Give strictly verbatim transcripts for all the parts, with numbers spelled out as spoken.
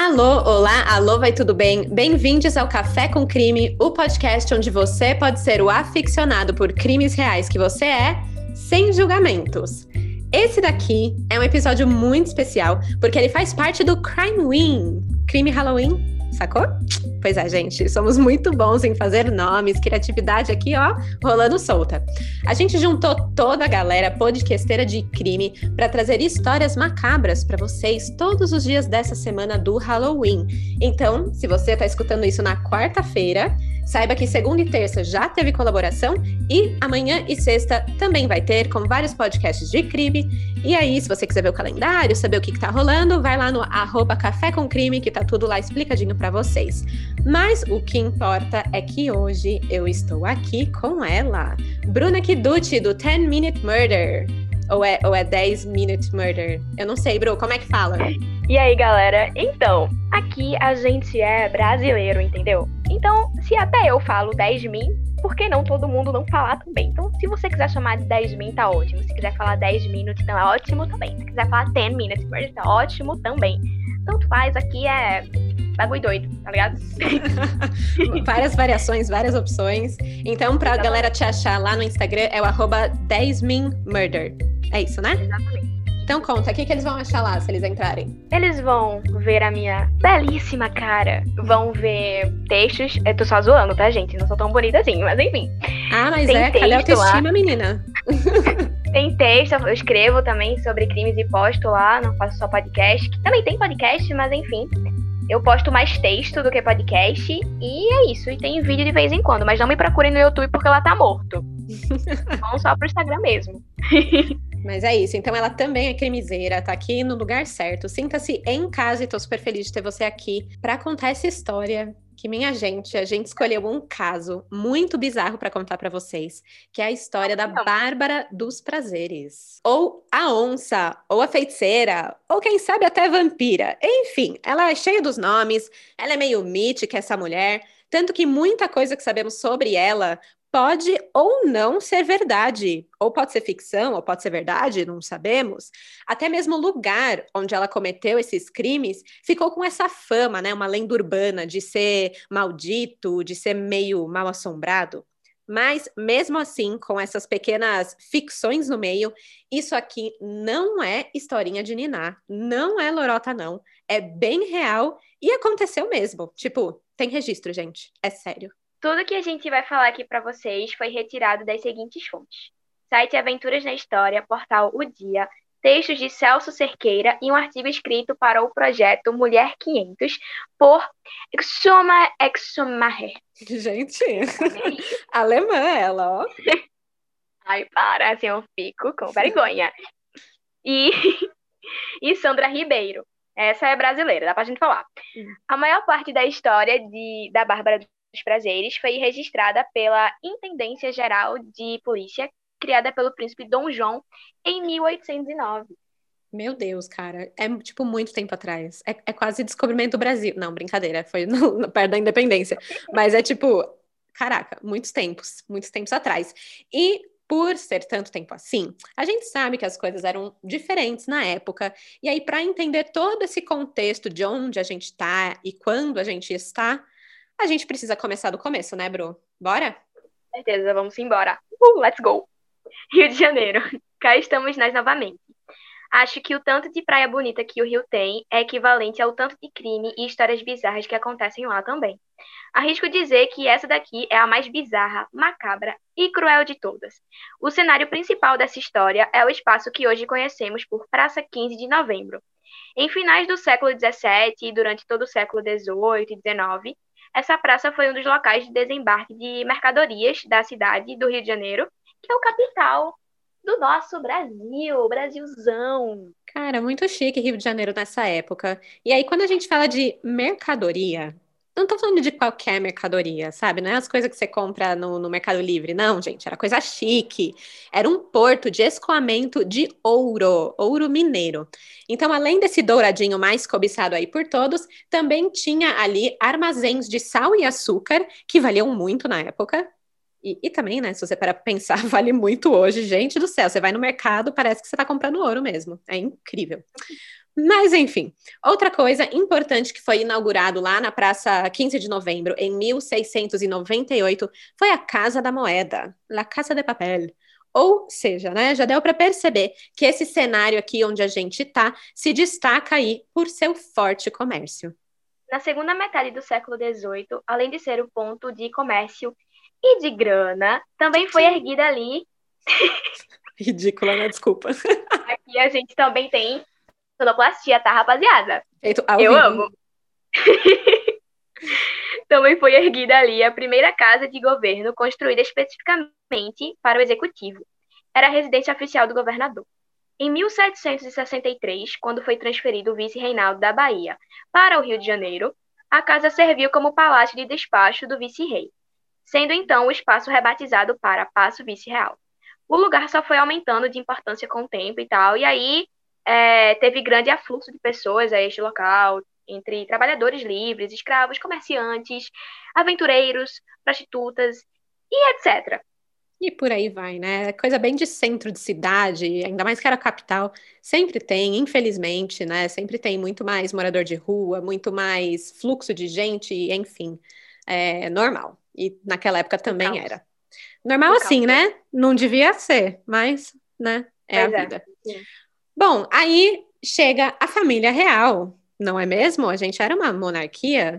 Alô, olá, alô, vai tudo bem? Bem-vindos ao Café com Crime, o podcast onde você pode ser o aficionado por crimes reais que você é, sem julgamentos. Esse daqui é um episódio muito especial, porque ele faz parte do Crime Win, Crime Halloween, sacou? Pois é, gente, somos muito bons em fazer nomes, criatividade aqui, ó, rolando solta. A gente juntou toda a galera podcasteira de crime para trazer histórias macabras para vocês todos os dias dessa semana do Halloween. Então, se você tá escutando isso na quarta-feira, saiba que segunda e terça já teve colaboração e amanhã e sexta também vai ter, com vários podcasts de crime. E aí, se você quiser ver o calendário, saber o que, que tá rolando, vai lá no arroba Café com Crime, que tá tudo lá explicadinho para vocês. Mas o que importa é que hoje eu estou aqui com ela, Bruna Kiducci, do ten minute Murder. Ou é, ou é dez minute Murder? Eu não sei, Bru, como é que fala? E aí, galera? Então, aqui a gente é brasileiro, entendeu? Então, se até eu falo dez min, por que não todo mundo não falar também? Então, se você quiser chamar de dez min, tá ótimo. Se quiser falar dez minutes, então é ótimo também. Se quiser falar ten minutes Murder, tá ótimo também. Tanto faz, aqui é bagulho doido, tá ligado? Várias variações, várias opções. Então, pra Exatamente. Galera te achar lá no Instagram, é o arroba dez min Murder. É isso, né? Exatamente. Então conta, o que, que eles vão achar lá se eles entrarem? Eles vão ver a minha belíssima cara, vão ver textos. Eu tô só zoando, tá, gente? Não sou tão bonita assim, mas enfim. Ah, mas Tem é, cadê a autoestima, lá. Menina? Tem texto, eu escrevo também sobre crimes e posto lá, não faço só podcast. Também tem podcast, mas enfim. Eu posto mais texto do que podcast e é isso. E tem vídeo de vez em quando, mas não me procurem no YouTube porque ela tá morto. Vão só pro Instagram mesmo. Mas é isso, então ela também é crimiseira, tá aqui no lugar certo. Sinta-se em casa e tô super feliz de ter você aqui pra contar essa história. Que, minha gente, a gente escolheu um caso muito bizarro pra contar pra vocês, que é a história da Bárbara dos Prazeres. Ou a onça, ou a feiticeira, ou quem sabe até vampira. Enfim, ela é cheia dos nomes, ela é meio mítica, essa mulher, tanto que muita coisa que sabemos sobre ela pode ou não ser verdade, ou pode ser ficção, ou pode ser verdade, não sabemos. Até mesmo o lugar onde ela cometeu esses crimes ficou com essa fama, né? Uma lenda urbana de ser maldito, de ser meio mal assombrado. Mas, mesmo assim, com essas pequenas ficções no meio, isso aqui não é historinha de niná, não é lorota, não. É bem real e aconteceu mesmo. Tipo, tem registro, gente. É sério. Tudo que a gente vai falar aqui para vocês foi retirado das seguintes fontes: site Aventuras na História, portal O Dia, textos de Celso Cerqueira e um artigo escrito para o projeto Mulher quinhentos por Exoma Exomacher. Gente, alemã ela, ó. Ai, para, assim eu fico com vergonha. E, e Sandra Ribeiro. Essa é brasileira, dá pra gente falar. Hum. A maior parte da história de, da Bárbara dos Prazeres foi registrada pela Intendência Geral de Polícia, criada pelo príncipe Dom João em mil oitocentos e nove. Meu Deus, cara, é tipo muito tempo atrás. É, é quase descobrimento do Brasil. Não, brincadeira, foi no, no, perto da independência. Mas é tipo, caraca, muitos tempos, muitos tempos atrás. E por ser tanto tempo assim, a gente sabe que as coisas eram diferentes na época. E aí, para entender todo esse contexto de onde a gente está e quando a gente está, a gente precisa começar do começo, né, Bru? Bora? Com certeza, vamos embora. Uh, let's go! Rio de Janeiro. Cá estamos nós novamente. Acho que o tanto de praia bonita que o Rio tem é equivalente ao tanto de crime e histórias bizarras que acontecem lá também. Arrisco dizer que essa daqui é a mais bizarra, macabra e cruel de todas. O cenário principal dessa história é o espaço que hoje conhecemos por Praça quinze de Novembro. Em finais do século dezessete e durante todo o século dezoito e dezenove, essa praça foi um dos locais de desembarque de mercadorias da cidade do Rio de Janeiro, que é o capital do nosso Brasil, Brasilzão. Cara, muito chique Rio de Janeiro nessa época. E aí, quando a gente fala de mercadoria, não tô falando de qualquer mercadoria, sabe? Não é as coisas que você compra no, no Mercado Livre, não, gente. Era coisa chique. Era um porto de escoamento de ouro, ouro mineiro. Então, além desse douradinho mais cobiçado aí por todos, também tinha ali armazéns de sal e açúcar, que valiam muito na época. E, e também, né, se você parar pra pensar, vale muito hoje. Gente do céu, você vai no mercado, parece que você tá comprando ouro mesmo. É incrível. Mas, enfim, outra coisa importante que foi inaugurado lá na Praça quinze de Novembro, em mil seiscentos e noventa e oito, foi a Casa da Moeda, La Casa de Papel. Ou seja, né, já deu para perceber que esse cenário aqui onde a gente está se destaca aí por seu forte comércio. Na segunda metade do século dezoito, além de ser o ponto de comércio e de grana, também foi erguida ali. Ridícula, né? Desculpa. Aqui a gente também tem sonoplastia, tá, rapaziada? Feito ao Eu vivo. amo. Também foi erguida ali a primeira casa de governo construída especificamente para o executivo. Era a residência oficial do governador. Em mil setecentos e sessenta e três, quando foi transferido o vice-reinado da Bahia para o Rio de Janeiro, a casa serviu como palácio de despacho do vice-rei, sendo então o espaço rebatizado para Paço Vice-Real. O lugar só foi aumentando de importância com o tempo e tal, e aí é, teve grande afluxo de pessoas a este local, entre trabalhadores livres, escravos, comerciantes, aventureiros, prostitutas e etcétera. E por aí vai, né? Coisa bem de centro de cidade, ainda mais que era capital, sempre tem, infelizmente, né? Sempre tem muito mais morador de rua, muito mais fluxo de gente, enfim, é normal. E naquela época também caos. era. Normal O assim, caos, né? Não devia ser, mas, né? É Pois a é, vida. sim. Bom, aí chega a família real, não é mesmo? A gente era uma monarquia.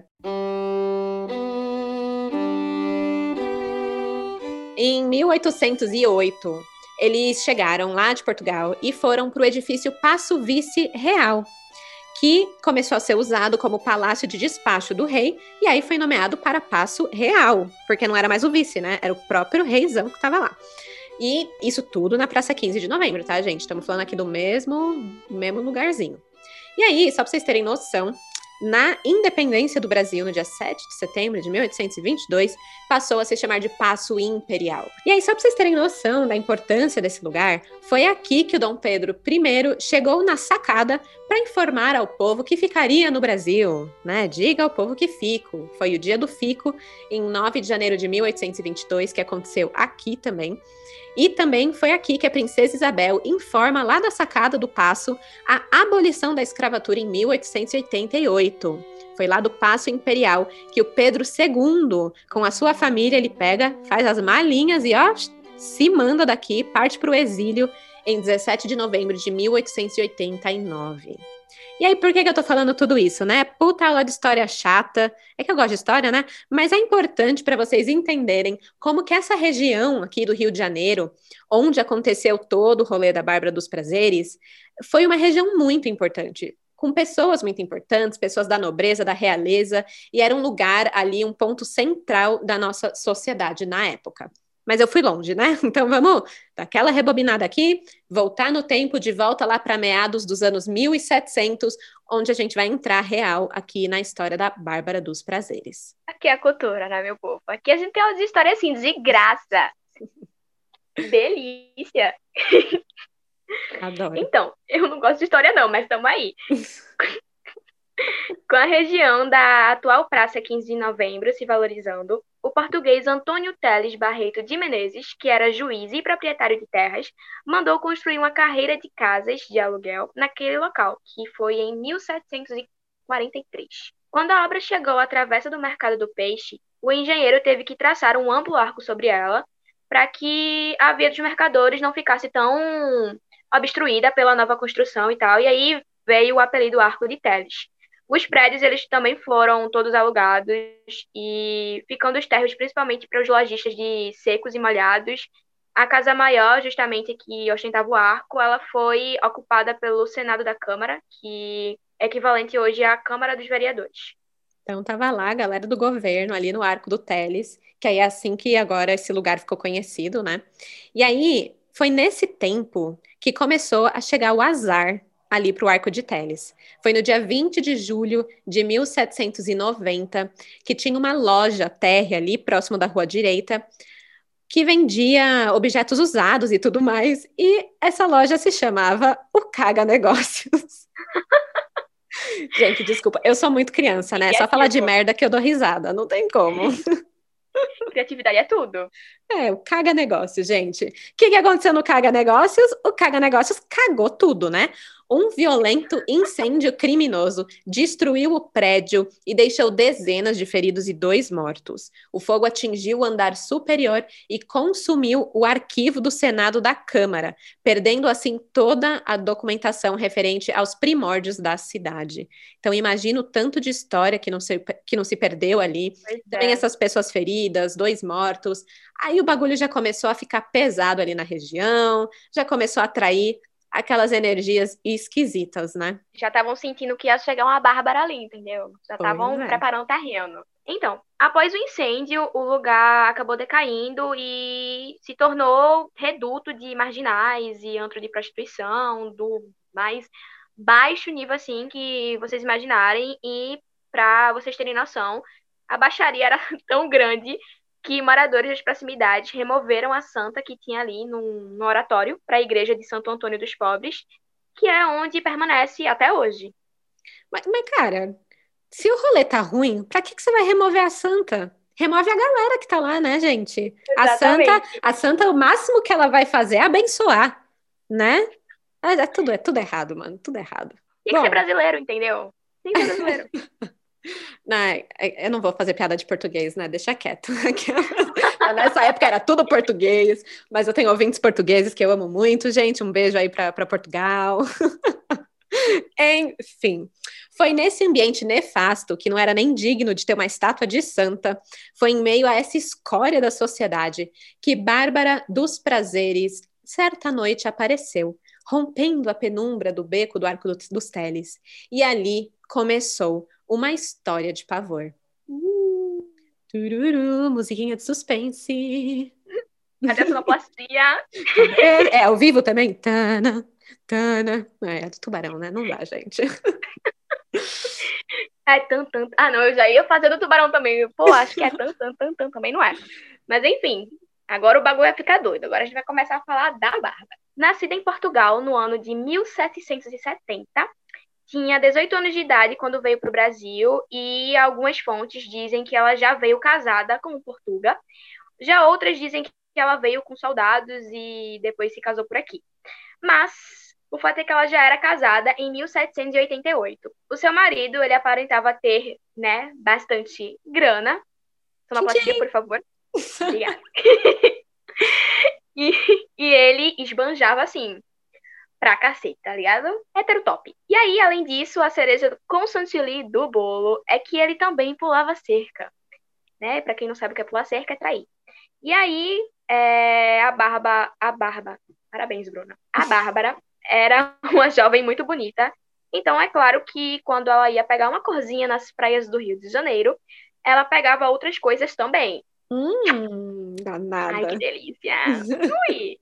Em mil oitocentos e oito, eles chegaram lá de Portugal e foram para o edifício Paço Vice-Real, que começou a ser usado como palácio de despacho do rei, e aí foi nomeado para Paço Real, porque não era mais o vice, né? Era o próprio reizão que estava lá. E isso tudo na Praça quinze de Novembro, tá, gente? Estamos falando aqui do mesmo, mesmo lugarzinho. E aí, só para vocês terem noção, na independência do Brasil, no dia sete de setembro de mil oitocentos e vinte e dois, passou a se chamar de Paço Imperial. E aí, só para vocês terem noção da importância desse lugar, foi aqui que o Dom Pedro I chegou na sacada para informar ao povo que ficaria no Brasil, né? Diga ao povo que fico. Foi o dia do fico, em nove de janeiro de mil oitocentos e vinte e dois, que aconteceu aqui também. E também foi aqui que a princesa Isabel informa, lá da sacada do Paço, a abolição da escravatura em mil oitocentos e oitenta e oito. Foi lá do Paço Imperial que o Pedro segundo, com a sua família, ele pega, faz as malinhas e, ó, se manda daqui, parte para o exílio em dezessete de novembro de mil oitocentos e oitenta e nove. E aí, por que que eu tô falando tudo isso, né? Puta aula de história chata. É que eu gosto de história, né? Mas é importante para vocês entenderem como que essa região aqui do Rio de Janeiro, onde aconteceu todo o rolê da Bárbara dos Prazeres, foi uma região muito importante, com pessoas muito importantes, pessoas da nobreza, da realeza, e era um lugar ali, um ponto central da nossa sociedade na época. Mas eu fui longe, né? Então vamos dar aquela rebobinada aqui, voltar no tempo, de volta lá para meados dos anos mil e setecentos, onde a gente vai entrar real aqui na história da Bárbara dos Prazeres. Aqui é a cultura, né, meu povo? Aqui a gente tem umas histórias assim, de graça. Delícia! Adoro. Então, eu não gosto de história não, mas estamos aí. Com a região da atual Praça quinze de Novembro se valorizando, o português Antônio Teles Barreto de Menezes, que era juiz e proprietário de terras, mandou construir uma carreira de casas de aluguel naquele local, que foi em mil setecentos e quarenta e três. Quando a obra chegou à travessa do Mercado do Peixe, o engenheiro teve que traçar um amplo arco sobre ela para que a via dos mercadores não ficasse tão obstruída pela nova construção e tal, e aí veio o apelido Arco de Teles. Os prédios, eles também foram todos alugados e ficando os térreos principalmente para os lojistas de secos e molhados. A casa maior, justamente que ostentava o arco, ela foi ocupada pelo Senado da Câmara, que é equivalente hoje à Câmara dos Vereadores. Então tava lá a galera do governo ali no Arco do Teles, que aí é assim que agora esse lugar ficou conhecido, né? E aí foi nesse tempo que começou a chegar o azar ali para o Arco de Teles. Foi no dia vinte de julho de mil setecentos e noventa que tinha uma loja térrea ali próximo da Rua Direita que vendia objetos usados e tudo mais, e essa loja se chamava o Caga Negócios. Gente, desculpa, eu sou muito criança, né? Só falar de merda que eu dou risada, não tem como. Criatividade é tudo. É, o caga-negócio, gente. O que que aconteceu no caga-negócios? O caga-negócios cagou tudo, né? Um violento incêndio criminoso destruiu o prédio e deixou dezenas de feridos e dois mortos. O fogo atingiu o andar superior e consumiu o arquivo do Senado da Câmara, perdendo assim toda a documentação referente aos primórdios da cidade. Então, imagina o tanto de história que não se, que não se perdeu ali. Pois Também é. essas pessoas feridas, dois mortos. Aí o bagulho já começou a ficar pesado ali na região, já começou a atrair aquelas energias esquisitas, né? Já estavam sentindo que ia chegar uma Bárbara ali, entendeu? Já Pois estavam é. preparando o terreno. Então, após o incêndio, o lugar acabou decaindo e se tornou reduto de marginais e antro de prostituição, do mais baixo nível assim que vocês imaginarem. E para vocês terem noção, a baixaria era tão grande que moradores das proximidades removeram a santa que tinha ali no, no oratório para a igreja de Santo Antônio dos Pobres, que é onde permanece até hoje. Mas, mas, cara, se o rolê tá ruim, pra que que você vai remover a santa? Remove a galera que tá lá, né, gente? A santa, Exatamente. a santa, o máximo que ela vai fazer é abençoar, né? É, é tudo, é tudo errado, mano, tudo errado. Tem que ser Bom, brasileiro, entendeu? Tem que ser brasileiro. né, eu não vou fazer piada de português, né? Deixa quieto. Nessa época era tudo português, mas eu tenho ouvintes portugueses que eu amo muito, gente. Um beijo aí para Portugal. Enfim, foi nesse ambiente nefasto, que não era nem digno de ter uma estátua de santa, foi em meio a essa escória da sociedade, que Bárbara dos Prazeres, certa noite, apareceu, rompendo a penumbra do beco do Arco dos Teles. E ali começou uma história de pavor. Uh, tururu, musiquinha de suspense. Cadê a sonoplastia? É, é ao vivo também? Tana, tana. É, é do tubarão, né? Não dá, gente. É tan, tan. Ah, não, eu já ia fazer do tubarão também. Pô, acho que é tan, tan, tan, tan. Também não é. Mas enfim, agora o bagulho vai ficar doido. Agora a gente vai começar a falar da Bárbara. Nascida em Portugal no ano de mil setecentos e setenta, tinha dezoito anos de idade quando veio para o Brasil e algumas fontes dizem que ela já veio casada com o Portuga. Já outras dizem que ela veio com soldados e depois se casou por aqui. Mas o fato é que ela já era casada em mil setecentos e oitenta e oito. O seu marido, ele aparentava ter, né, bastante grana. Sonoplastia, por favor. Obrigada. e, e ele esbanjava assim, pra cacete, tá ligado? Hétero top. E aí, além disso, a cereja com chantilly do bolo é que ele também pulava cerca. Né? Pra quem não sabe o que é pular cerca, é trair. E aí, é, a Barba, a Barba, parabéns, Bruna. A Bárbara era uma jovem muito bonita. Então, é claro que quando ela ia pegar uma corzinha nas praias do Rio de Janeiro, ela pegava outras coisas também. Hum, Ai, que danada. delícia! Ui!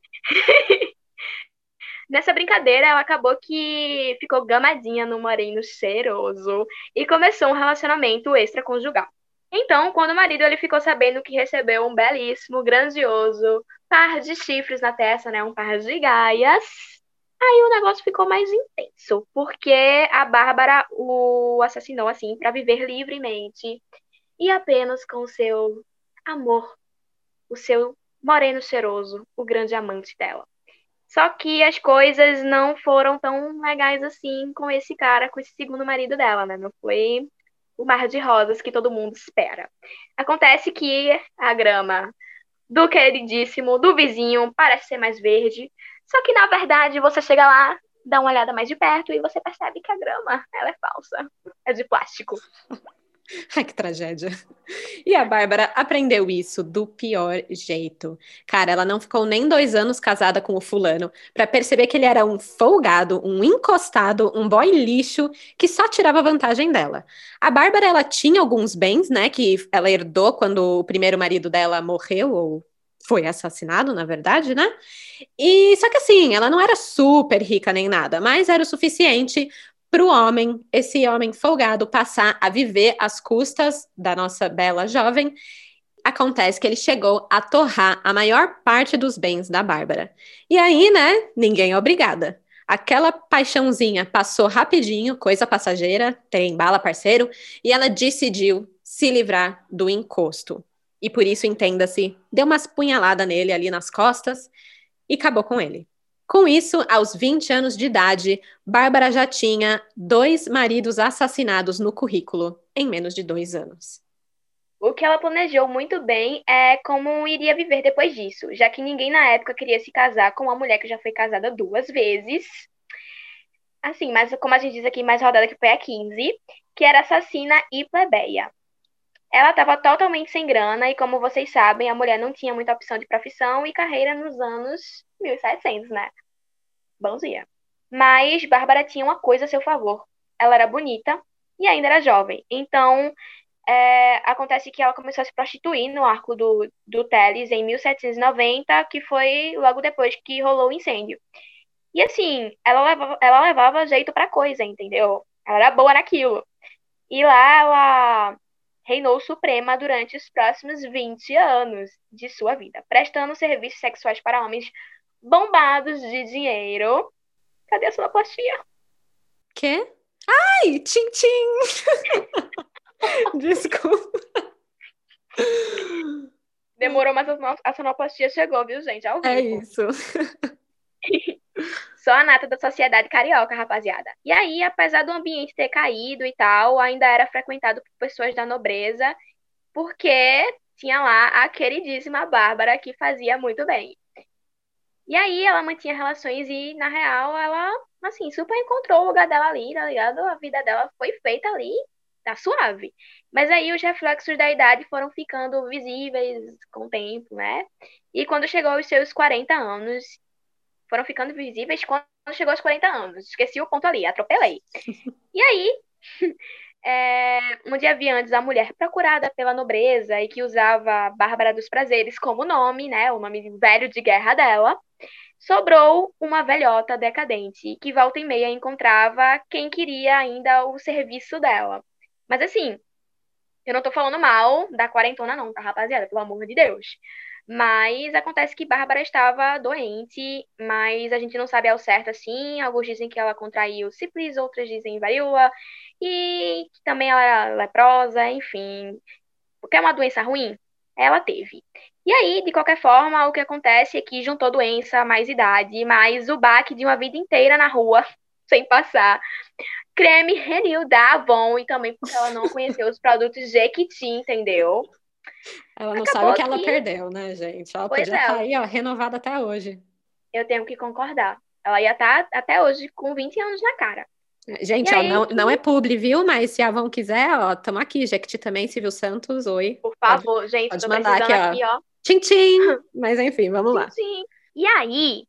Nessa brincadeira, ela acabou que ficou gamadinha no moreno cheiroso e começou um relacionamento extraconjugal. Então, quando o marido ele ficou sabendo que recebeu um belíssimo, grandioso par de chifres na testa, né, um par de gaias, aí o negócio ficou mais intenso, porque a Bárbara o assassinou assim para viver livremente e apenas com o seu amor, o seu moreno cheiroso, o grande amante dela. Só que as coisas não foram tão legais assim com esse cara, com esse segundo marido dela, né? Não foi o mar de rosas que todo mundo espera. Acontece que a grama do queridíssimo, do vizinho, parece ser mais verde. Só que, na verdade, você chega lá, dá uma olhada mais de perto e você percebe que a grama, ela é falsa. É de plástico. Ai, que tragédia. E a Bárbara aprendeu isso do pior jeito. Cara, ela não ficou nem dois anos casada com o fulano para perceber que ele era um folgado, um encostado, um boy lixo que só tirava vantagem dela. A Bárbara, ela tinha alguns bens, né, que ela herdou quando o primeiro marido dela morreu ou foi assassinado, na verdade, né? E só que assim, ela não era super rica nem nada, mas era o suficiente para o homem, esse homem folgado, passar a viver às custas da nossa bela jovem. Acontece que ele chegou a torrar a maior parte dos bens da Bárbara. E aí, né, ninguém é obrigada. Aquela paixãozinha passou rapidinho, coisa passageira, trem bala, parceiro, e ela decidiu se livrar do encosto. E por isso, entenda-se, deu umas punhaladas nele ali nas costas e acabou com ele. Com isso, aos vinte anos de idade, Bárbara já tinha dois maridos assassinados no currículo, em menos de dois anos. O que ela planejou muito bem é como iria viver depois disso, já que ninguém na época queria se casar com uma mulher que já foi casada duas vezes. Assim, mas como a gente diz aqui, mais rodada que foi a quinze, que era assassina e plebeia. Ela estava totalmente sem grana e, como vocês sabem, a mulher não tinha muita opção de profissão e carreira nos anos mil e setecentos, né? Bonzinha. Mas Bárbara tinha uma coisa a seu favor. Ela era bonita e ainda era jovem. Então, é, acontece que ela começou a se prostituir no arco do, do Teles em mil setecentos e noventa, que foi logo depois que rolou o incêndio. E assim, ela levava, ela levava jeito pra coisa, entendeu? Ela era boa naquilo. E lá ela reinou suprema durante os próximos vinte anos de sua vida, prestando serviços sexuais para homens bombados de dinheiro. Cadê a sonoplastia? Quê? Ai, tchim, tchim! Desculpa. Demorou, mas a sonoplastia chegou, viu, gente? Ao vivo. É isso. Só a nata da sociedade carioca, rapaziada. E aí, apesar do ambiente ter caído e tal, ainda era frequentado por pessoas da nobreza, porque tinha lá a queridíssima Bárbara, que fazia muito bem. E aí, ela mantinha relações e, na real, ela, assim, super encontrou o lugar dela ali, tá ligado? A vida dela foi feita ali, tá suave. Mas aí, os reflexos da idade foram ficando visíveis com o tempo, né? E quando chegou aos seus quarenta anos, foram ficando visíveis quando chegou aos quarenta anos. Esqueci o ponto ali, atropelei. E aí, é, um dia havia antes a mulher procurada pela nobreza e que usava Bárbara dos Prazeres como nome, né? O nome velho de guerra dela. Sobrou uma velhota decadente que volta e meia encontrava quem queria ainda o serviço dela. Mas assim, eu não tô falando mal da quarentona não, tá, rapaziada? Pelo amor de Deus. Mas acontece que Bárbara estava doente, mas a gente não sabe ao certo assim. Alguns dizem que ela contraiu sífilis, outros dizem varíola, e que também ela era leprosa, enfim. Porque é uma doença ruim? Ela teve. E aí, de qualquer forma, o que acontece é que juntou doença, mais idade, mais o baque de uma vida inteira na rua, sem passar creme Renil da Avon, e também porque ela não conheceu os produtos Jequiti, entendeu? Ela não Acabou sabe o que ela que- perdeu, né, gente? Ela Pois podia é, estar aí, ó, renovada até hoje. eu tenho que concordar. Ela ia estar até hoje com vinte anos na cara. E Gente, ó, aí, não, não é publi, viu? Mas se a Avon quiser, ó, tamo aqui. Jequiti também, Silvio Santos, oi. por Pode, favor, gente, pode tô mandar precisando aqui, aqui, ó. ó. Tchim, tchim! Mas enfim, vamos Sim, lá. sim. E aí,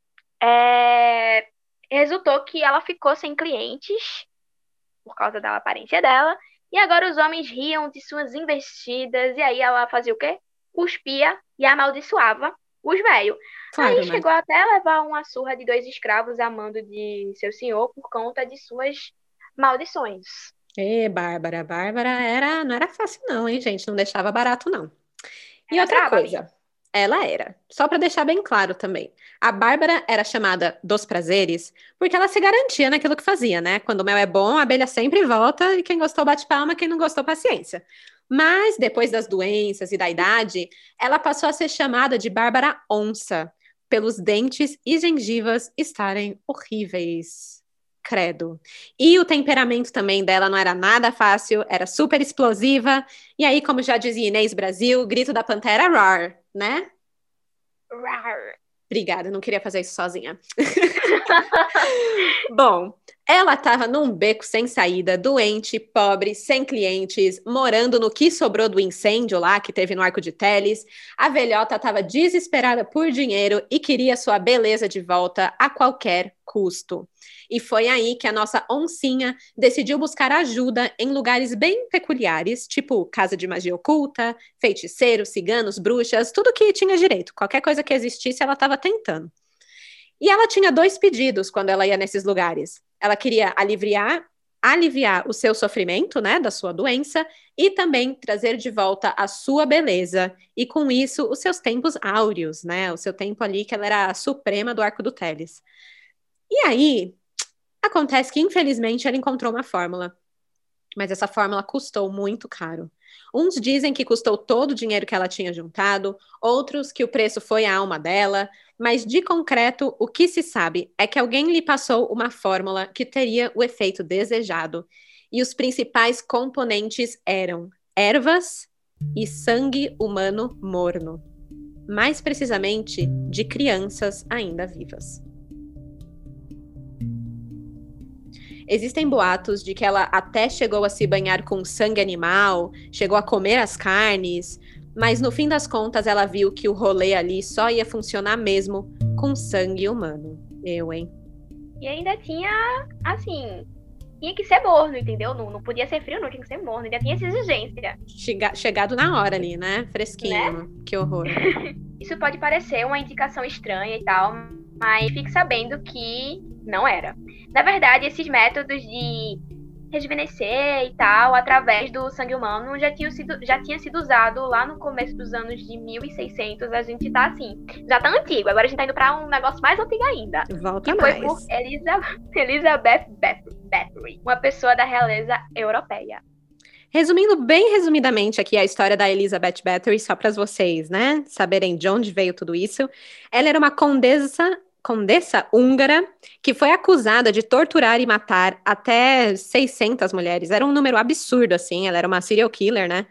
é, resultou que ela ficou sem clientes por causa da aparência dela. E agora os homens riam de suas investidas. E aí ela fazia o quê? Cuspia e amaldiçoava os velhos. Claro, Aí né? chegou até a levar uma surra de dois escravos a mando de seu senhor por conta de suas maldições. Ê, Bárbara, Bárbara era, não era fácil não, hein, gente? Não deixava barato, não. E Era outra braba, amiga. coisa, ela era, só para deixar bem claro também, a Bárbara era chamada dos prazeres porque ela se garantia naquilo que fazia, né? Quando o mel é bom, a abelha sempre volta e quem gostou bate palma, quem não gostou, paciência. Mas depois das doenças e da idade, ela passou a ser chamada de Bárbara Onça, pelos dentes e gengivas estarem horríveis. Credo. E o temperamento também dela não era nada fácil, era super explosiva. E aí, como já dizia Inês Brasil, o grito da pantera roar, né? Rar. Obrigada, não queria fazer isso sozinha. Bom, ela estava num beco sem saída, doente, pobre, sem clientes, morando no que sobrou do incêndio lá que teve no Arco de Teles. A velhota estava desesperada por dinheiro e queria sua beleza de volta a qualquer custo. E foi aí que a nossa oncinha decidiu buscar ajuda em lugares bem peculiares, tipo casa de magia oculta, feiticeiros, ciganos, bruxas, tudo que tinha direito. Qualquer coisa que existisse, ela estava tentando. E ela tinha dois pedidos quando ela ia nesses lugares. Ela queria aliviar, aliviar o seu sofrimento, né, da sua doença, e também trazer de volta a sua beleza. E com isso, os seus tempos áureos, né? O seu tempo ali que ela era a suprema do Arco do Teles. E aí, acontece que, infelizmente, ela encontrou uma fórmula. Mas essa fórmula custou muito caro. Uns dizem que custou todo o dinheiro que ela tinha juntado, outros que o preço foi a alma dela, mas de concreto, o que se sabe é que alguém lhe passou uma fórmula que teria o efeito desejado, e os principais componentes eram ervas e sangue humano morno, mais precisamente de crianças ainda vivas. Existem boatos de que ela até chegou a se banhar com sangue animal, chegou a comer as carnes, mas no fim das contas ela viu que o rolê ali só ia funcionar mesmo com sangue humano. Eu, hein? E ainda tinha, assim, tinha que ser morno, entendeu? Não, não podia ser frio, não, tinha que ser morno. Ainda tinha essa exigência. Chega, chegado na hora ali, né? Fresquinho. Né? Que horror. Isso pode parecer uma indicação estranha e tal, mas fique sabendo que não era. Na verdade, esses métodos de rejuvenescer e tal, através do sangue humano, já tinha sido, já tinha sido usado lá no começo dos anos de mil e seiscentos. A gente tá assim, já tá antigo. Agora a gente tá indo pra um negócio mais antigo ainda. Volta que mais. Foi por Elizabeth, Elizabeth Bathory, uma pessoa da realeza europeia. Resumindo bem resumidamente aqui a história da Elizabeth Bathory, só para vocês, né, saberem de onde veio tudo isso. Ela era uma condessa, condessa húngara que foi acusada de torturar e matar até seiscentas mulheres. Era um número absurdo, assim, ela era uma serial killer, né?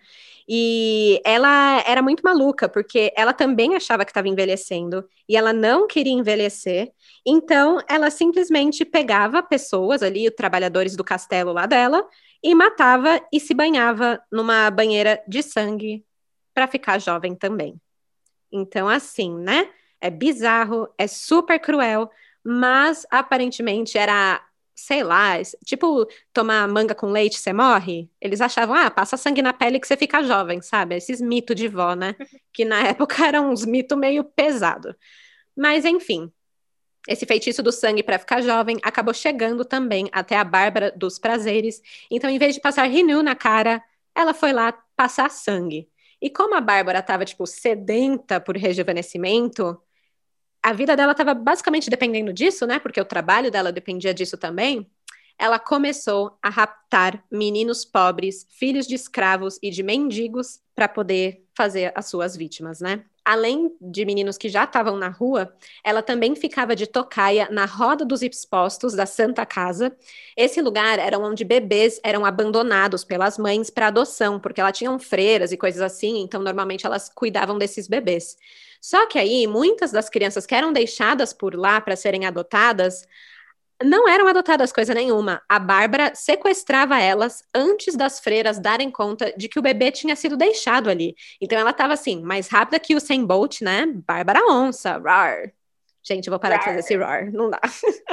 E ela era muito maluca, porque ela também achava que estava envelhecendo, e ela não queria envelhecer, então ela simplesmente pegava pessoas ali, os trabalhadores do castelo lá dela, e matava e se banhava numa banheira de sangue para ficar jovem também. Então, assim, né? É bizarro, é super cruel, mas aparentemente era, sei lá, tipo tomar manga com leite, você morre? Eles achavam, ah, passa sangue na pele que você fica jovem, sabe? Esses mitos de vó, né? Que na época eram uns mitos meio pesados. Mas, enfim, esse feitiço do sangue para ficar jovem acabou chegando também até a Bárbara dos Prazeres. Então, em vez de passar Renew na cara, ela foi lá passar sangue. E como a Bárbara estava, tipo, sedenta por rejuvenescimento, a vida dela estava basicamente dependendo disso, né? Porque o trabalho dela dependia disso também. Ela começou a raptar meninos pobres, filhos de escravos e de mendigos para poder fazer as suas vítimas, né? Além de meninos que já estavam na rua, ela também ficava de tocaia na roda dos expostos da Santa Casa. Esse lugar era onde bebês eram abandonados pelas mães para adoção, porque ela tinha freiras e coisas assim, então normalmente elas cuidavam desses bebês. Só que aí, muitas das crianças que eram deixadas por lá para serem adotadas, não eram adotadas coisa nenhuma. A Bárbara sequestrava elas antes das freiras darem conta de que o bebê tinha sido deixado ali. Então ela estava assim, mais rápida que o Usain Bolt, né? Bárbara Onça, rar. Gente, eu vou parar rar. de fazer esse rar, não dá.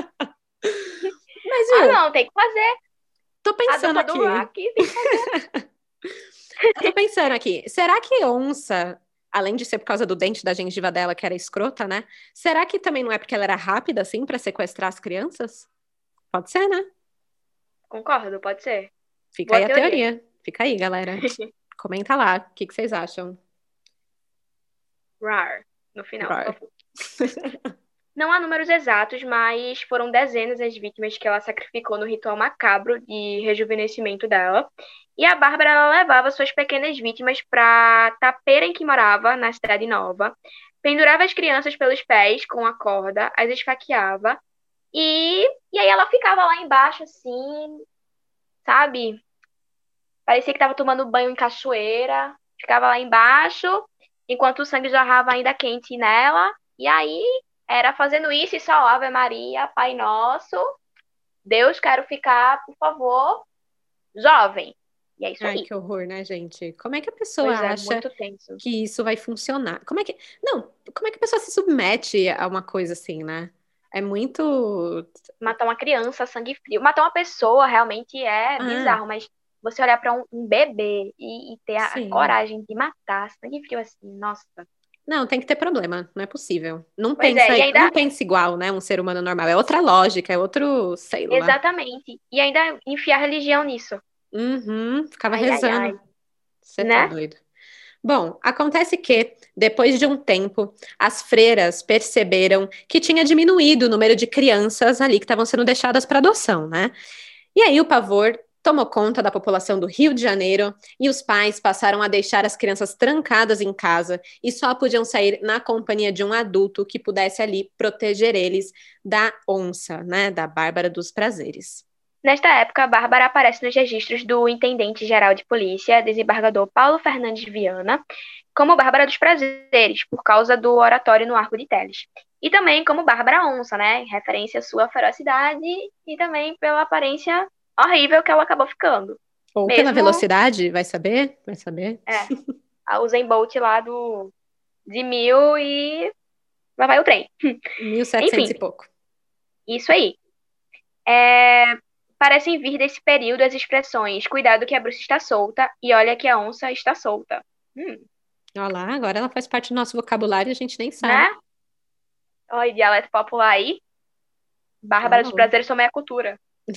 Mas, viu? Ah, não, tem que fazer. Tô pensando a aqui. Do aqui tem que fazer. Tô pensando aqui, será que onça, além de ser por causa do dente da gengiva dela, que era escrota, né? Será que também não é porque ela era rápida, assim, pra sequestrar as crianças? Pode ser, né? Concordo, pode ser. Fica Boa aí a teoria. teoria. Fica aí, galera. Comenta lá. O que, que vocês acham? Rar. No final. Rar. Não há números exatos, mas foram dezenas as vítimas que ela sacrificou no ritual macabro de rejuvenescimento dela. E a Bárbara, ela levava suas pequenas vítimas para Tapeira, em que morava, na Cidade Nova. Pendurava as crianças pelos pés com a corda, as esfaqueava. E, e aí ela ficava lá embaixo, assim, sabe? Parecia que estava tomando banho em cachoeira. Ficava lá embaixo, enquanto o sangue jorrava ainda quente nela. E aí era fazendo isso e só Ave Maria, Pai Nosso. Deus, quero ficar, por favor, jovem. E é isso Ai, aí. que horror, né, gente? Como é que a pessoa Pois é, acha muito tenso. que isso vai funcionar? Como é que... Não, como é que a pessoa se submete a uma coisa assim, né? É muito... Matar uma criança, sangue frio. Matar uma pessoa realmente é Ah, bizarro, mas você olhar pra um, um bebê e, e ter a, a sim. coragem de matar sangue frio assim, nossa. Não, tem que ter problema, não é possível. Não Pois pensa, é, e ainda- não pensa igual, né? Um ser humano normal. É outra lógica, é outro, sei lá. Exatamente. E ainda enfiar religião nisso. Uhum, ficava Ai, ai, rezando. ai. Você Né? tá doido. Bom, acontece que, depois de um tempo, as freiras perceberam que tinha diminuído o número de crianças ali que estavam sendo deixadas para adoção, né? E aí o pavor tomou conta da população do Rio de Janeiro e os pais passaram a deixar as crianças trancadas em casa e só podiam sair na companhia de um adulto que pudesse ali proteger eles da onça, né, da Bárbara dos Prazeres. Nesta época, Bárbara aparece nos registros do Intendente-Geral de Polícia, desembargador Paulo Fernandes Viana, como Bárbara dos Prazeres, por causa do oratório no Arco de Teles. E também como Bárbara Onça, né, em referência à sua ferocidade e também pela aparência horrível que ela acabou ficando. Ou Mesmo... pela velocidade, vai saber? Vai saber? É, a Usain Bolt lá do... de mil e... lá vai o trem. mil e setecentos Enfim, e pouco. Isso aí. É... Parecem vir desse período as expressões cuidado que a bruxa está solta e olha que a onça está solta. Hum, Olha lá, agora ela faz parte do nosso vocabulário e a gente nem sabe. né? Olha, dialeto popular aí. Bárbara dos Oh. Prazeres também é cultura.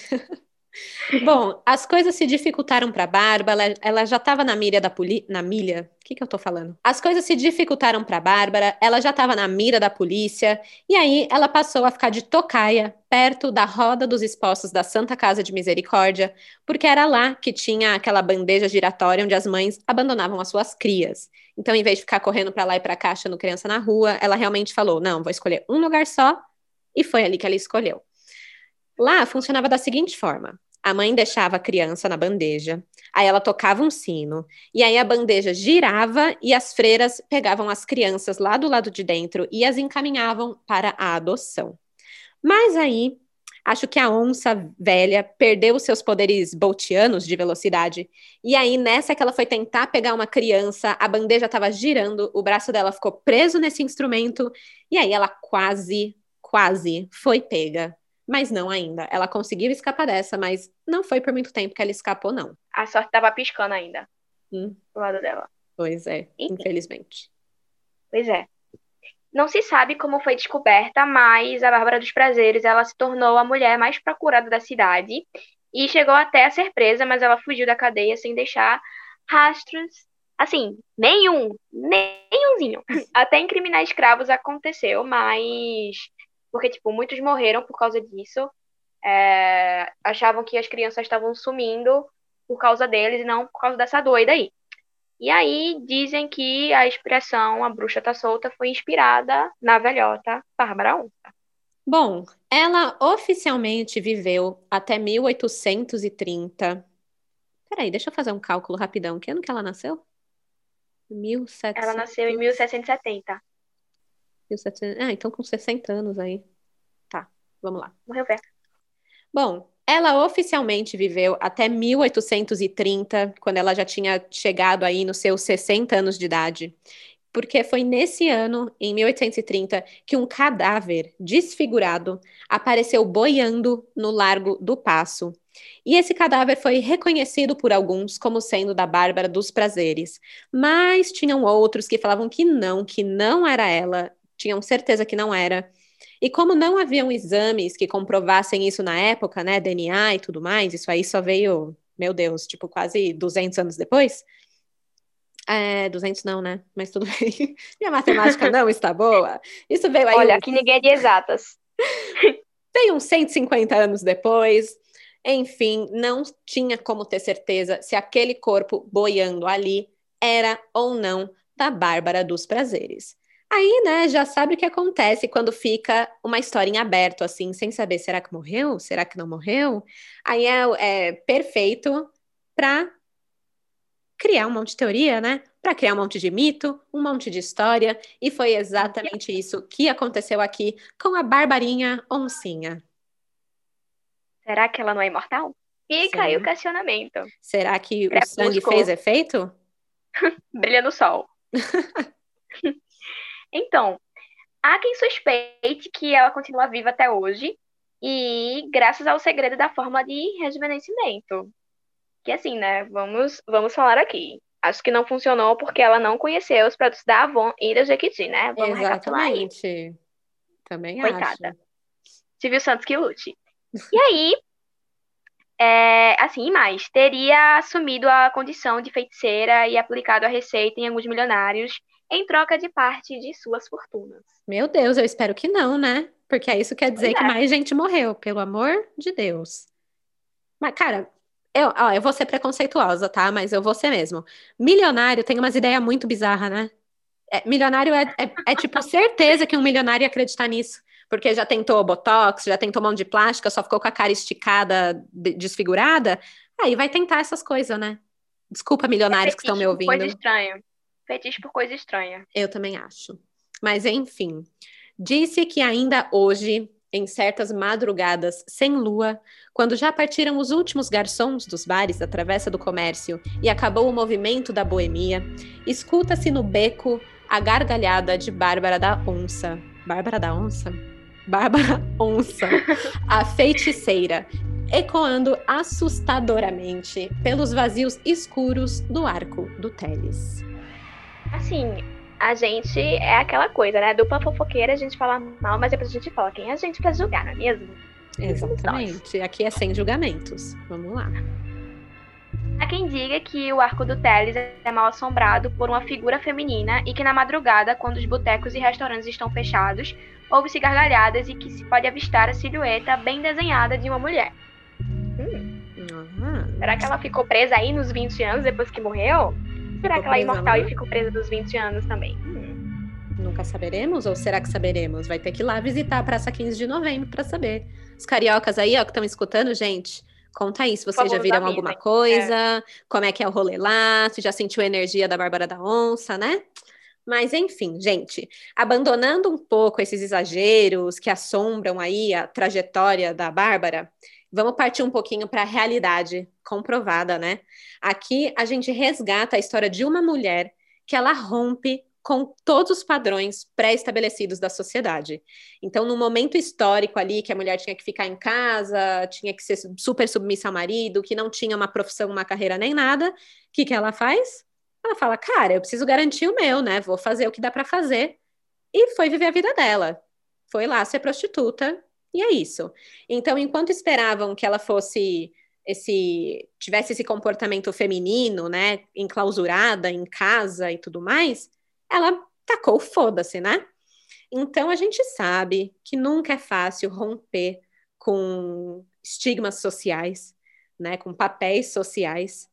Bom, as coisas se dificultaram para Bárbara, ela, ela já estava na mira da polícia. Na milha? O que, que eu tô falando? As coisas se dificultaram para Bárbara, ela já estava na mira da polícia, e aí ela passou a ficar de tocaia, perto da roda dos expostos da Santa Casa de Misericórdia, porque era lá que tinha aquela bandeja giratória onde as mães abandonavam as suas crias. Então, em vez de ficar correndo para lá e para cá achando criança na rua, ela realmente falou: não, vou escolher um lugar só, e foi ali que ela escolheu. Lá funcionava da seguinte forma: a mãe deixava a criança na bandeja, aí ela tocava um sino, e aí a bandeja girava e as freiras pegavam as crianças lá do lado de dentro e as encaminhavam para a adoção. Mas aí, acho que a onça velha perdeu os seus poderes boltianos de velocidade, e aí nessa que ela foi tentar pegar uma criança, a bandeja estava girando, o braço dela ficou preso nesse instrumento, e aí ela quase, quase foi pega. Mas não ainda. Ela conseguiu escapar dessa, mas não foi por muito tempo que ela escapou, não. A sorte tava piscando ainda. Hum. Do lado dela. Pois é, Enfim. Infelizmente. Pois é. Não se sabe como foi descoberta, mas a Bárbara dos Prazeres, ela se tornou a mulher mais procurada da cidade e chegou até a ser presa, mas ela fugiu da cadeia sem deixar rastros, assim, nenhum, nenhumzinho. Até incriminar escravos aconteceu, mas... Porque, tipo, muitos morreram por causa disso. É, achavam que as crianças estavam sumindo por causa deles e não por causa dessa doida aí. E aí dizem que a expressão a bruxa tá solta foi inspirada na velhota Bárbara Onça. Bom, ela oficialmente viveu até mil oitocentos e trinta. Peraí, deixa eu fazer um cálculo rapidão. Que ano que ela nasceu? mil e setecentos... Ela nasceu em mil seiscentos e setenta. mil e setecentos... Ah, então com sessenta anos aí. Tá, vamos lá. Morreu velha. Bom, ela oficialmente viveu até mil oitocentos e trinta, quando ela já tinha chegado aí nos seus sessenta anos de idade. Porque foi nesse ano, em mil oitocentos e trinta, que um cadáver desfigurado apareceu boiando no Largo do Paço. E esse cadáver foi reconhecido por alguns como sendo da Bárbara dos Prazeres. Mas tinham outros que falavam que não, que não era ela, tinham certeza que não era. E como não haviam exames que comprovassem isso na época, né, D N A e tudo mais, isso aí só veio, meu Deus, tipo quase duzentos anos depois. É, duzentos não, né? Mas tudo bem. Minha matemática não está boa. Isso veio aí. Olha, uns... aqui ninguém é de exatas. Veio uns cento e cinquenta anos depois. Enfim, não tinha como ter certeza se aquele corpo boiando ali era ou não da Bárbara dos Prazeres. Aí, né, já sabe o que acontece quando fica uma história em aberto, assim, sem saber, será que morreu? Será que não morreu? Aí é, é perfeito para criar um monte de teoria, né? Para criar um monte de mito, um monte de história, e foi exatamente isso que aconteceu aqui com a Barbarinha Oncinha. Será que ela não é imortal? Fica aí o questionamento. Será que o Crepúsculo. sangue fez efeito? Brilha no sol. Então, há quem suspeite que ela continua viva até hoje e graças ao segredo da fórmula de rejuvenescimento. Que assim, né, vamos, vamos falar aqui. Acho que não funcionou porque ela não conheceu os produtos da Avon e da Jequiti, né? Vamos recapitular aí. Exatamente. Também Coitada. acho. Silvio Santos que lute. E aí, é, assim, e mais, teria assumido a condição de feiticeira e aplicado a receita em alguns milionários em troca de parte de suas fortunas. Meu Deus, eu espero que não, né? Porque isso quer dizer Pois que é. mais gente morreu, pelo amor de Deus. Mas, cara, Eu, ó, eu vou ser preconceituosa, tá? Mas eu vou ser mesmo. Milionário tem umas ideias muito bizarras, né? É, milionário é, é, é tipo certeza que um milionário ia acreditar nisso. Porque já tentou botox, já tentou mão de plástica, só ficou com a cara esticada, de- desfigurada. Aí vai tentar essas coisas, né? Desculpa, É milionários que estão me fetiche por coisa ouvindo. estranha. Fetiche por coisa estranha. Eu também acho. Mas enfim, disse que ainda hoje, em certas madrugadas sem lua, quando já partiram os últimos garçons dos bares da Travessa do Comércio e acabou o movimento da boemia, escuta-se no beco a gargalhada de Bárbara da Onça. Bárbara da Onça? Bárbara Onça, a feiticeira, ecoando assustadoramente pelos vazios escuros do arco do Teles. Assim, a gente é aquela coisa, né? Dupla fofoqueira, a gente fala mal, mas depois a gente fala quem é a gente pra julgar, não é mesmo? Exatamente. Aqui é sem julgamentos. Vamos lá. Há quem diga que o arco do Teles é mal assombrado por uma figura feminina e que na madrugada, quando os botecos e restaurantes estão fechados, ouve-se gargalhadas e que se pode avistar a silhueta bem desenhada de uma mulher. Hum. Uhum. Será que ela ficou presa aí nos vinte anos depois que morreu? Será Ficou que ela é presa imortal lá? e ficou presa dos vinte anos também? Hum. Nunca saberemos? Ou será que saberemos? Vai ter que ir lá visitar a Praça quinze de Novembro para saber. Os cariocas aí, ó, que estão escutando, gente, conta aí se vocês favor, já nos viram avisem. alguma coisa, como é que é o rolê lá, se já sentiu a energia da Bárbara da Onça, né? Mas enfim, gente, abandonando um pouco esses exageros que assombram aí a trajetória da Bárbara, vamos partir um pouquinho para a realidade comprovada, né? Aqui a gente resgata a história de uma mulher que ela rompe com todos os padrões pré-estabelecidos da sociedade. Então, no momento histórico ali, que a mulher tinha que ficar em casa, tinha que ser super submissa ao marido, que não tinha uma profissão, uma carreira nem nada, o que que ela faz? Ela fala, cara, eu preciso garantir o meu, né? Vou fazer o que dá para fazer. E foi viver a vida dela. Foi lá ser prostituta, e é isso. Então, enquanto esperavam que ela fosse esse tivesse esse comportamento feminino, né, enclausurada em casa e tudo mais, ela tacou foda-se, né? Então a gente sabe que nunca é fácil romper com estigmas sociais, né, com papéis sociais.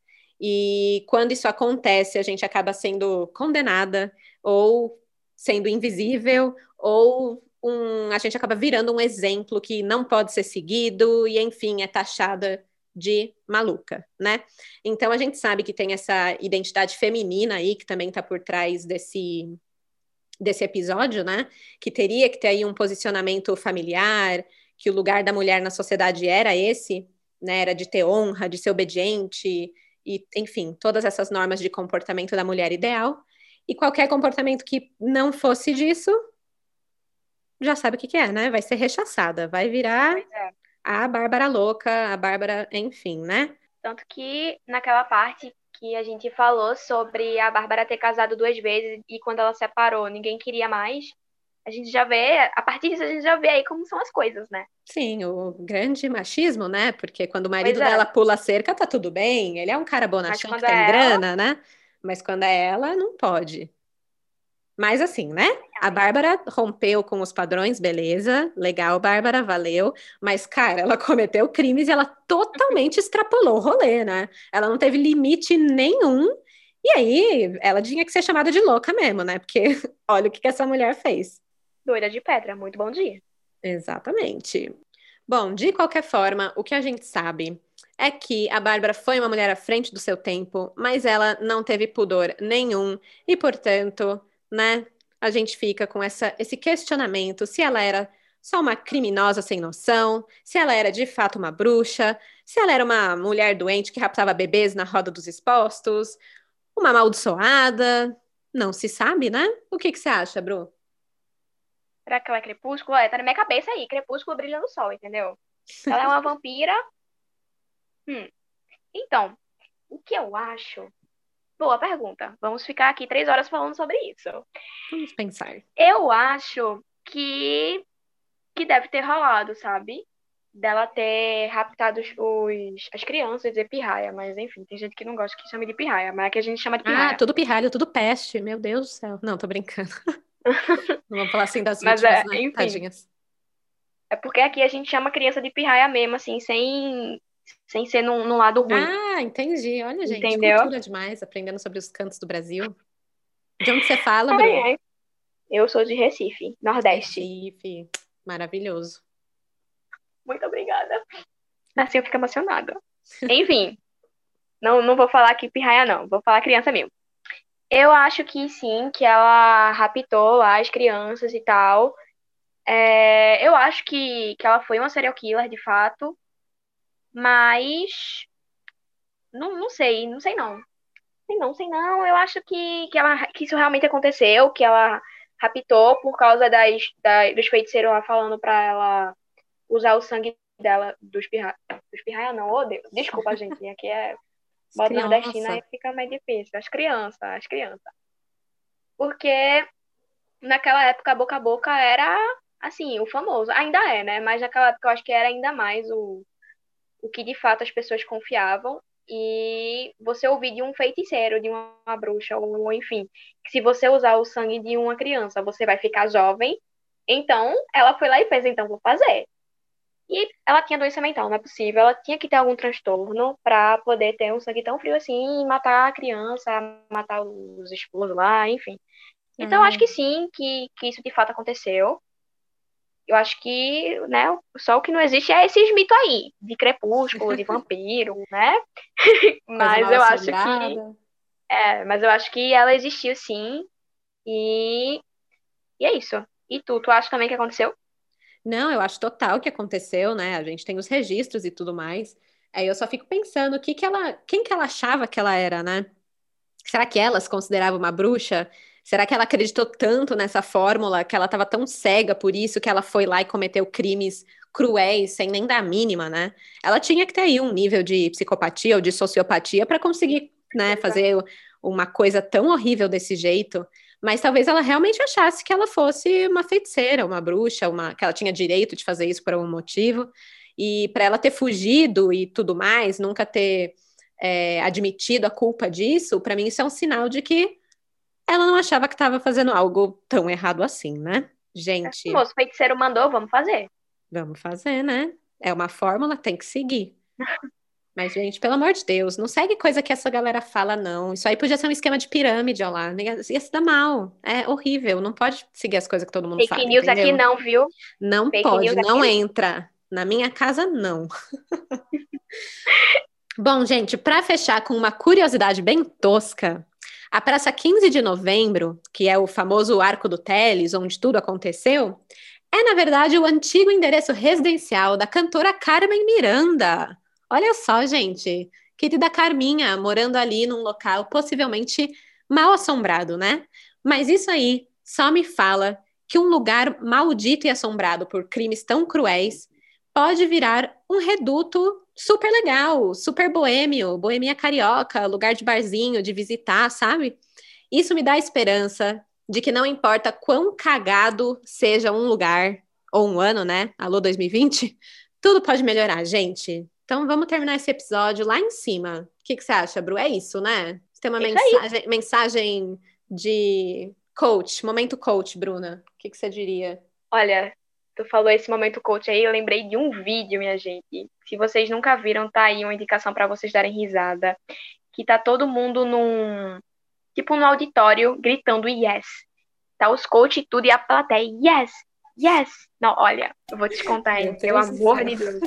E quando isso acontece, a gente acaba sendo condenada ou sendo invisível ou um, a gente acaba virando um exemplo que não pode ser seguido e, enfim, é taxada de maluca, né? Então a gente sabe que tem essa identidade feminina aí que também está por trás desse desse episódio, né? Que teria que ter aí um posicionamento familiar, que o lugar da mulher na sociedade era esse, né? Era de ter honra, de ser obediente e, enfim, todas essas normas de comportamento da mulher ideal. E qualquer comportamento que não fosse disso, já sabe o que que é, né? Vai ser rechaçada, vai virar Pois é. a Bárbara louca, a Bárbara, enfim, né? Tanto que naquela parte que a gente falou sobre a Bárbara ter casado duas vezes e quando ela separou, ninguém queria mais. A gente já vê, a partir disso a gente já vê aí como são as coisas, né? Sim, o grande machismo, né? Porque quando o marido Pois é, dela pula a cerca, tá tudo bem. Ele é um cara mas bonachão que quando tem é ela, grana, né? Mas quando é ela, não pode. Mas assim, né? A ai, Bárbara rompeu com os padrões, beleza, legal, Bárbara, valeu. Mas, cara, ela cometeu crimes e ela totalmente extrapolou o rolê, né? Ela não teve limite nenhum. E aí, ela tinha que ser chamada de louca mesmo, né? Porque olha o que que essa mulher fez. doida de pedra, muito bom dia. Exatamente. Bom, de qualquer forma, o que a gente sabe é que a Bárbara foi uma mulher à frente do seu tempo, mas ela não teve pudor nenhum e, portanto, né, a gente fica com essa, esse questionamento se ela era só uma criminosa sem noção, se ela era de fato uma bruxa, se ela era uma mulher doente que raptava bebês na roda dos expostos, uma amaldiçoada. Não se sabe, né? O que que você acha, Bru? Será que ela é crepúsculo? É, tá na minha cabeça aí, crepúsculo brilha no sol, entendeu? Ela é uma vampira. Hum. Então, o que eu acho? Boa pergunta. Vamos ficar aqui três horas falando sobre isso. Vamos pensar. Eu acho que, que deve ter rolado, sabe? Dela ter raptado os, os- as crianças, dizer pirraia, mas enfim, tem gente que não gosta que chame de pirraia, mas aqui a gente chama de Ah, pirraia. tudo pirralho, tudo peste. Meu Deus do céu. Não, tô brincando. Não vamos falar assim das Mas vítimas, é, né? enfim, Tadinhas. é porque aqui a gente chama criança de pirraia mesmo, assim, sem, sem ser num, num lado ruim. Ah, entendi. Olha, gente, Entendeu? cultura demais, aprendendo sobre os cantos do Brasil. De onde você fala, Ai, Bruno? ai. Eu sou de Recife, Nordeste. Recife. Maravilhoso. Muito obrigada. Assim eu fico emocionada. Enfim, não, não vou falar que pirraia, não. Vou falar criança mesmo. Eu acho que sim, que ela raptou lá as crianças e tal. É, eu acho que, que ela foi uma serial killer, de fato. Mas não, não sei, não sei não. Sei não, sei não. Eu acho que, que, ela, que isso realmente aconteceu, que ela raptou por causa das, da, dos feiticeiros lá falando pra ela usar o sangue dela dos pirraia. Dos pirraia não, oh Deus. Desculpa, gente. Aqui é bota nordestina e fica mais difícil. As crianças, as crianças. Porque naquela época, boca a boca era, assim, o famoso. Ainda é, né? Mas naquela época eu acho que era ainda mais o, o que de fato as pessoas confiavam. E você ouvir de um feiticeiro, de uma, uma bruxa, ou, ou enfim, que se você usar o sangue de uma criança, você vai ficar jovem. Então, ela foi lá e fez, então vou fazer. E ela tinha doença mental, não é possível. Ela tinha que ter algum transtorno pra poder ter um sangue tão frio assim e matar a criança, matar os esposos lá, enfim. Então, eu acho que sim, que, que isso de fato aconteceu. Eu acho que, né, só o que não existe é esses mitos aí, de crepúsculo, de vampiro, né? Mas eu acho que. É, mas eu acho que ela existiu sim. E, e é isso. E tu, tu acha também que aconteceu? Não, eu acho total que aconteceu, né? A gente tem os registros e tudo mais. Aí eu só fico pensando o que que ela, quem que ela achava que ela era, né? Será que ela se considerava uma bruxa? Será que ela acreditou tanto nessa fórmula que ela estava tão cega por isso que ela foi lá e cometeu crimes cruéis sem nem dar a mínima, né? Ela tinha que ter aí um nível de psicopatia ou de sociopatia para conseguir, né, fazer uma coisa tão horrível desse jeito. Mas talvez ela realmente achasse que ela fosse uma feiticeira, uma bruxa, uma, que ela tinha direito de fazer isso por algum motivo. E para ela ter fugido e tudo mais, nunca ter é, admitido a culpa disso, para mim isso é um sinal de que ela não achava que estava fazendo algo tão errado assim, né? Gente. É, moço, o feiticeiro mandou, vamos fazer. Vamos fazer, né? É uma fórmula, tem que seguir. Mas, gente, pelo amor de Deus, não segue coisa que essa galera fala, não. Isso aí podia ser um esquema de pirâmide, ó lá. Ia se dar mal. É horrível. Não pode seguir as coisas que todo mundo Fake fala, Fake news entendeu? aqui não, viu? Não Fake pode, news não aqui... entra. Na minha casa, não. Bom, gente, para fechar com uma curiosidade bem tosca, a Praça quinze de Novembro, que é o famoso Arco do Teles, onde tudo aconteceu, é, na verdade, o antigo endereço residencial da cantora Carmen Miranda. Olha só, gente, querida Carminha, morando ali num local possivelmente mal assombrado, né? Mas isso aí só me fala que um lugar maldito e assombrado por crimes tão cruéis pode virar um reduto super legal, super boêmio, boemia carioca, lugar de barzinho, de visitar, sabe? Isso me dá esperança de que não importa quão cagado seja um lugar, ou um ano, né? Alô dois mil e vinte, tudo pode melhorar, gente. Então vamos terminar esse episódio lá em cima. O que, que você acha, Bru? É isso, né? Você tem uma mensagem, mensagem de coach, momento coach, Bruna. O que, que você diria? Olha, tu falou esse momento coach aí, eu lembrei de um vídeo, minha gente. Se vocês nunca viram, tá aí uma indicação para vocês darem risada. Que tá todo mundo num... tipo num auditório, gritando yes. Tá os coach e tudo, e a plateia, yes, yes. Não, olha, eu vou te contar, hein, pelo amor de Deus.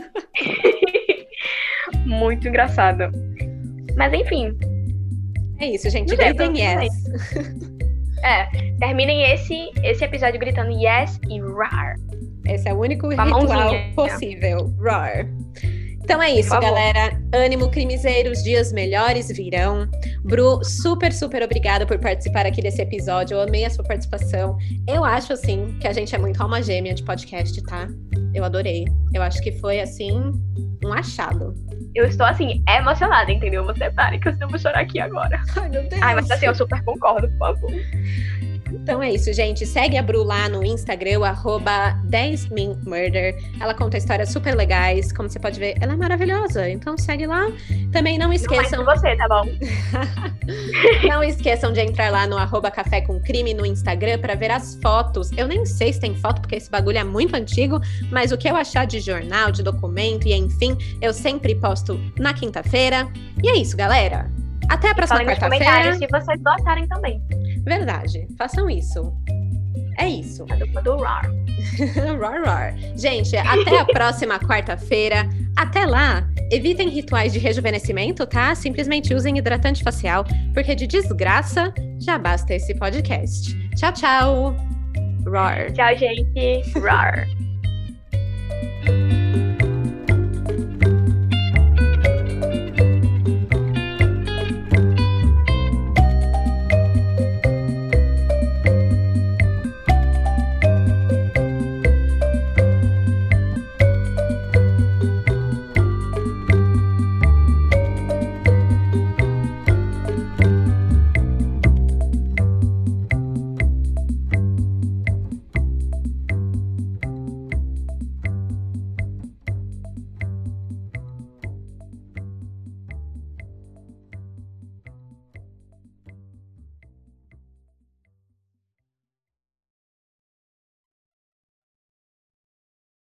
Muito engraçado. Mas enfim. É isso, gente, gritem yes. É, terminem esse, esse episódio gritando yes e rar. Esse é o único ritual mãozinha. possível, rar. Então é isso, galera. Ânimo, crimezeiros, dias melhores virão. Bru, super, super obrigada por participar aqui desse episódio. Eu amei a sua participação. Eu acho, assim, que a gente é muito alma gêmea de podcast, tá? Eu adorei. Eu acho que foi, assim, um achado. Eu estou, assim, emocionada, entendeu? Você pare, que eu vou chorar aqui agora. Ai, meu Deus. Ai, mas assim, eu super concordo, por favor. Então é isso, gente. Segue a Bru lá no Instagram, o arroba dez min murder. Ela conta histórias super legais. Como você pode ver, ela é maravilhosa. Então segue lá. Também não esqueçam... Não você, tá bom? Não esqueçam de entrar lá no arroba Café com Crime no Instagram para ver as fotos. Eu nem sei se tem foto, porque esse bagulho é muito antigo, mas o que eu achar de jornal, de documento e enfim, eu sempre posto na quinta-feira. E é isso, galera. Até a próxima quarta-feira. Falem nos comentários se vocês gostarem também. Verdade, façam isso. É isso. A dupla do Rar. Rar, rar. Gente, até a próxima quarta-feira. Até lá, evitem rituais de rejuvenescimento, tá? Simplesmente usem hidratante facial, porque de desgraça já basta esse podcast. Tchau, tchau. Rar. Tchau, gente. Rar.